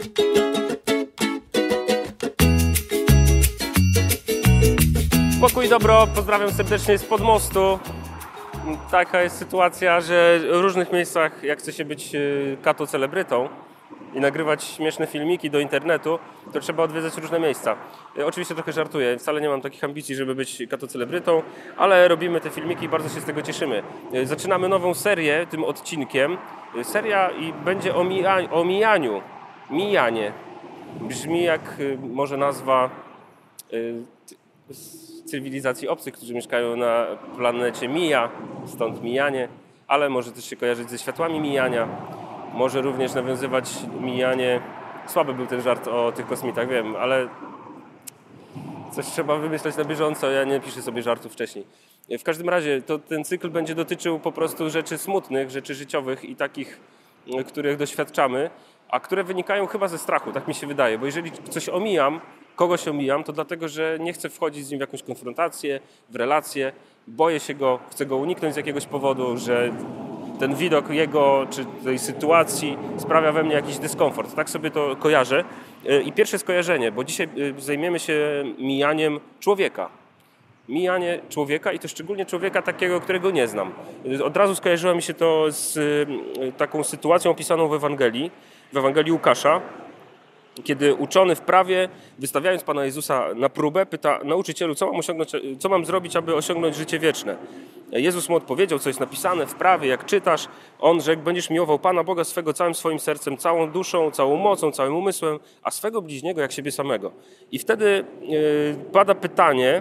Pokój, dobro, pozdrawiam serdecznie spod mostu. Taka jest sytuacja, że w różnych miejscach, jak chce się być katocelebrytą i nagrywać śmieszne filmiki do internetu, to trzeba odwiedzać różne miejsca. Oczywiście trochę żartuję, wcale nie mam takich ambicji, żeby być katocelebrytą, ale robimy te filmiki i bardzo się z tego cieszymy. Zaczynamy nową serię tym odcinkiem. Seria i będzie o mijaniu. Mijanie. Brzmi jak może nazwa cywilizacji obcych, którzy mieszkają na planecie Mija, stąd mijanie, ale może też się kojarzyć ze światłami mijania, może również nawiązywać mijanie. Słaby był ten żart o tych kosmitach, wiem, ale coś trzeba wymyśleć na bieżąco, ja nie piszę sobie żartów wcześniej. W każdym razie ten cykl będzie dotyczył po prostu rzeczy smutnych, rzeczy życiowych i takich, których doświadczamy, a które wynikają chyba ze strachu, tak mi się wydaje, bo jeżeli coś omijam, kogoś omijam, to dlatego, że nie chcę wchodzić z nim w jakąś konfrontację, w relację, boję się go, chcę go uniknąć z jakiegoś powodu, że ten widok jego czy tej sytuacji sprawia we mnie jakiś dyskomfort. Tak sobie to kojarzę. I pierwsze skojarzenie, bo dzisiaj zajmiemy się mijaniem człowieka. Mijanie człowieka i to szczególnie człowieka takiego, którego nie znam. Od razu skojarzyło mi się to z taką sytuacją opisaną w Ewangelii Łukasza, kiedy uczony w prawie, wystawiając Pana Jezusa na próbę, pyta: nauczycielu, co mam zrobić, aby osiągnąć życie wieczne? Jezus mu odpowiedział, co jest napisane w prawie, jak czytasz. On rzekł: będziesz miłował Pana Boga swego całym swoim sercem, całą duszą, całą mocą, całym umysłem, a swego bliźniego jak siebie samego. I wtedy pada pytanie: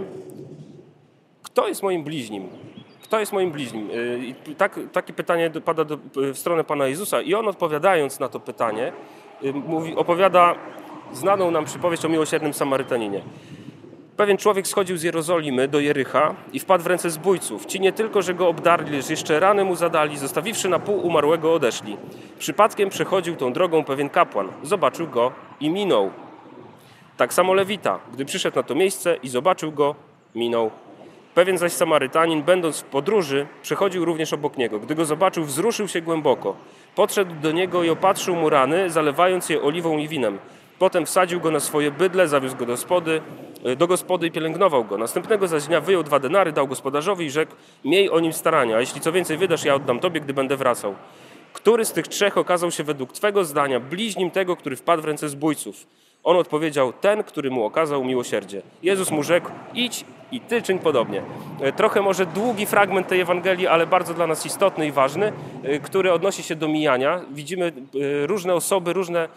kto jest moim bliźnim? Kto jest moim bliźnim? I takie pytanie pada w stronę Pana Jezusa i on, odpowiadając na to pytanie, opowiada znaną nam przypowieść o miłosiernym Samarytaninie. Pewien człowiek schodził z Jerozolimy do Jericha i wpadł w ręce zbójców. Ci nie tylko, że go obdarli, lecz jeszcze rany mu zadali, zostawiwszy na pół umarłego, odeszli. Przypadkiem przechodził tą drogą pewien kapłan. Zobaczył go i minął. Tak samo Lewita, gdy przyszedł na to miejsce i zobaczył go, minął. Pewien zaś Samarytanin, będąc w podróży, przechodził również obok niego. Gdy go zobaczył, wzruszył się głęboko. Podszedł do niego i opatrzył mu rany, zalewając je oliwą i winem. Potem wsadził go na swoje bydle, zawiózł go do gospody i pielęgnował go. Następnego zaś dnia wyjął 2 denary, dał gospodarzowi i rzekł: miej o nim starania, a jeśli co więcej wydasz, ja oddam tobie, gdy będę wracał. Który z tych 3 okazał się według twego zdania bliźnim tego, który wpadł w ręce zbójców? On odpowiedział: ten, który mu okazał miłosierdzie. Jezus mu rzekł: idź i ty czyń podobnie. Trochę może długi fragment tej Ewangelii, ale bardzo dla nas istotny i ważny, który odnosi się do mijania. Widzimy różne osoby, różne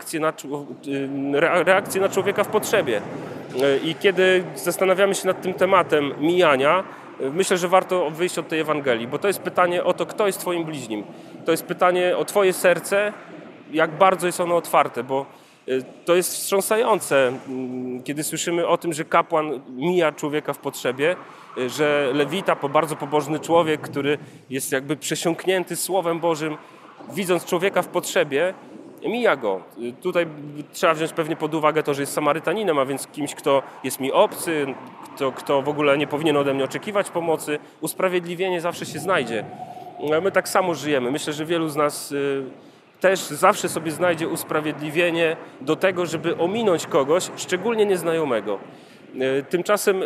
reakcje na człowieka w potrzebie. I kiedy zastanawiamy się nad tym tematem mijania, myślę, że warto wyjść od tej Ewangelii, bo to jest pytanie o to, kto jest twoim bliźnim. To jest pytanie o twoje serce, jak bardzo jest ono otwarte, bo to jest wstrząsające, kiedy słyszymy o tym, że kapłan mija człowieka w potrzebie, że Lewita, bardzo pobożny człowiek, który jest jakby przesiąknięty Słowem Bożym, widząc człowieka w potrzebie, mija go. Tutaj trzeba wziąć pewnie pod uwagę to, że jest Samarytaninem, a więc kimś, kto jest mi obcy, kto w ogóle nie powinien ode mnie oczekiwać pomocy. Usprawiedliwienie zawsze się znajdzie. My tak samo żyjemy. Myślę, że wielu z nas też zawsze sobie znajdzie usprawiedliwienie do tego, żeby ominąć kogoś, szczególnie nieznajomego. Tymczasem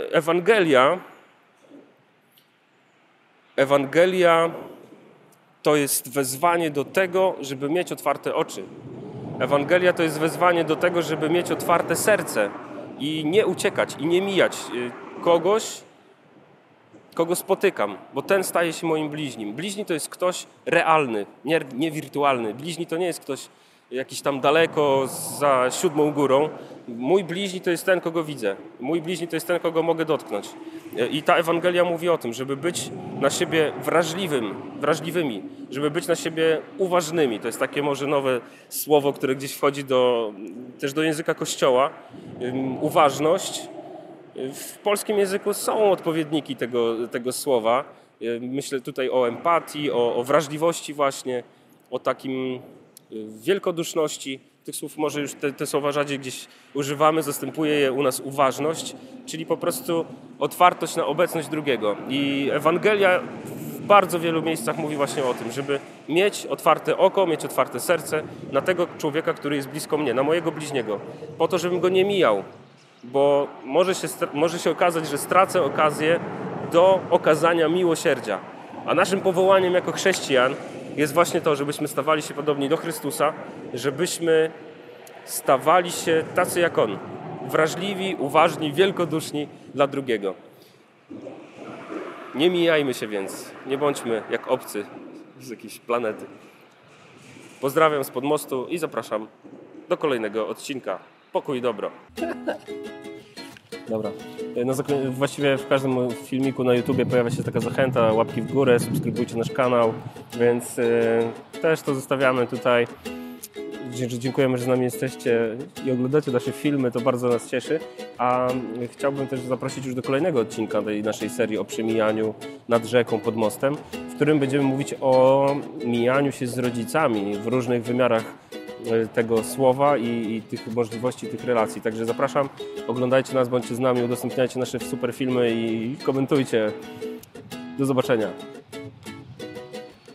Ewangelia to jest wezwanie do tego, żeby mieć otwarte oczy. Ewangelia to jest wezwanie do tego, żeby mieć otwarte serce i nie uciekać, i nie mijać kogoś, kogo spotykam, bo ten staje się moim bliźnim. Bliźni to jest ktoś realny, nie wirtualny. Bliźni to nie jest ktoś jakiś tam daleko za 7 górą. Mój bliźni to jest ten, kogo widzę. Mój bliźni to jest ten, kogo mogę dotknąć. I ta Ewangelia mówi o tym, żeby być na siebie wrażliwymi, żeby być na siebie uważnymi. To jest takie może nowe słowo, które gdzieś wchodzi też do języka Kościoła. Uważność. W polskim języku są odpowiedniki tego słowa. Myślę tutaj o empatii, o wrażliwości właśnie, o takim wielkoduszności. Tych słów może już te słowa rzadziej gdzieś używamy, zastępuje je u nas uważność, czyli po prostu otwartość na obecność drugiego. I Ewangelia w bardzo wielu miejscach mówi właśnie o tym, żeby mieć otwarte oko, mieć otwarte serce na tego człowieka, który jest blisko mnie, na mojego bliźniego, po to, żebym go nie mijał, bo może się okazać, że stracę okazję do okazania miłosierdzia. A naszym powołaniem jako chrześcijan jest właśnie to, żebyśmy stawali się podobni do Chrystusa, żebyśmy stawali się tacy jak On, wrażliwi, uważni, wielkoduszni dla drugiego. Nie mijajmy się więc, nie bądźmy jak obcy z jakiejś planety. Pozdrawiam spod mostu i zapraszam do kolejnego odcinka. Pokój i dobro. Dobra. Właściwie w każdym filmiku na YouTubie pojawia się taka zachęta, łapki w górę, subskrybujcie nasz kanał, więc też to zostawiamy tutaj. Dziękujemy, że z nami jesteście i oglądacie nasze filmy, to bardzo nas cieszy. A chciałbym też zaprosić już do kolejnego odcinka tej naszej serii o przemijaniu nad rzeką pod mostem, w którym będziemy mówić o mijaniu się z rodzicami w różnych wymiarach tego słowa i tych możliwości, tych relacji. Także zapraszam, oglądajcie nas, bądźcie z nami, udostępniajcie nasze super filmy i komentujcie. Do zobaczenia.